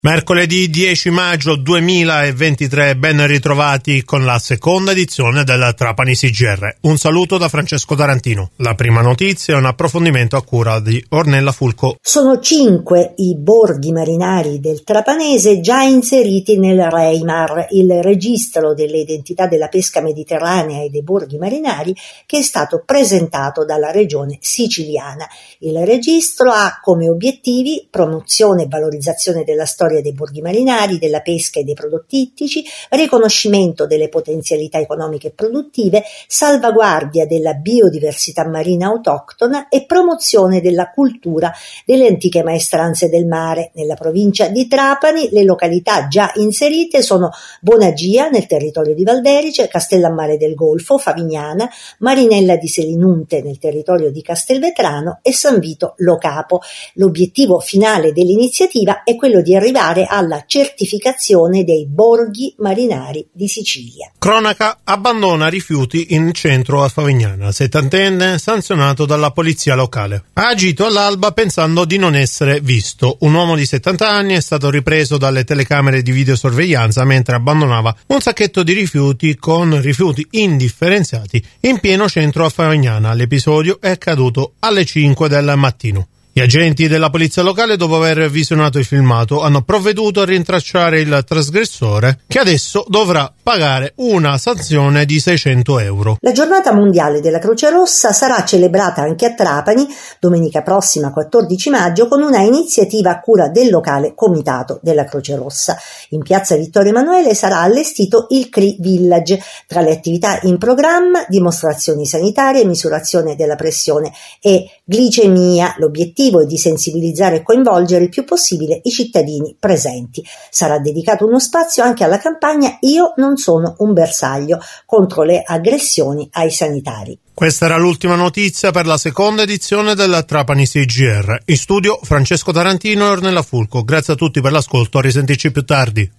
Mercoledì 10 maggio 2023, ben ritrovati con la seconda edizione del Trapani CGR. Un saluto da Francesco Tarantino. La prima notizia è un approfondimento a cura di Ornella Fulco. Sono 5 i borghi marinari del Trapanese già inseriti nel REIMAR, il registro delle identità della pesca mediterranea e dei borghi marinari, che è stato presentato dalla regione siciliana. Il registro ha come obiettivi promozione e valorizzazione della storia dei borghi marinari, della pesca e dei prodotti ittici, riconoscimento delle potenzialità economiche e produttive, salvaguardia della biodiversità marina autoctona e promozione della cultura delle antiche maestranze del mare. Nella provincia di Trapani le località già inserite sono Bonagia nel territorio di Valderice, Castellammare del Golfo, Favignana, Marinella di Selinunte nel territorio di Castelvetrano e San Vito Lo Capo. L'obiettivo finale dell'iniziativa è quello di arrivare alla certificazione dei borghi marinari di Sicilia. Cronaca: abbandona rifiuti in centro a Favignana. Settantenne sanzionato dalla polizia locale. Ha agito all'alba pensando di non essere visto. Un uomo di 70 anni è stato ripreso dalle telecamere di videosorveglianza mentre abbandonava un sacchetto di rifiuti con rifiuti indifferenziati in pieno centro a Favignana. L'episodio è accaduto alle 5 del mattino. Gli agenti della polizia locale, dopo aver visionato il filmato, hanno provveduto a rintracciare il trasgressore, che adesso dovrà pagare una sanzione di 600 euro. La giornata mondiale della Croce Rossa sarà celebrata anche a Trapani domenica prossima 14 maggio con una iniziativa a cura del locale Comitato della Croce Rossa. In piazza Vittorio Emanuele sarà allestito il CRI Village. Tra le attività in programma, dimostrazioni sanitarie, misurazione della pressione e glicemia. L'obiettivo è di sensibilizzare e coinvolgere il più possibile i cittadini presenti. Sarà dedicato uno spazio anche alla campagna Io non sono un bersaglio contro le aggressioni ai sanitari. Questa era l'ultima notizia per la seconda edizione del Trapani CGR. In studio Francesco Tarantino e Ornella Fulco. Grazie a tutti per l'ascolto, a risentirci più tardi.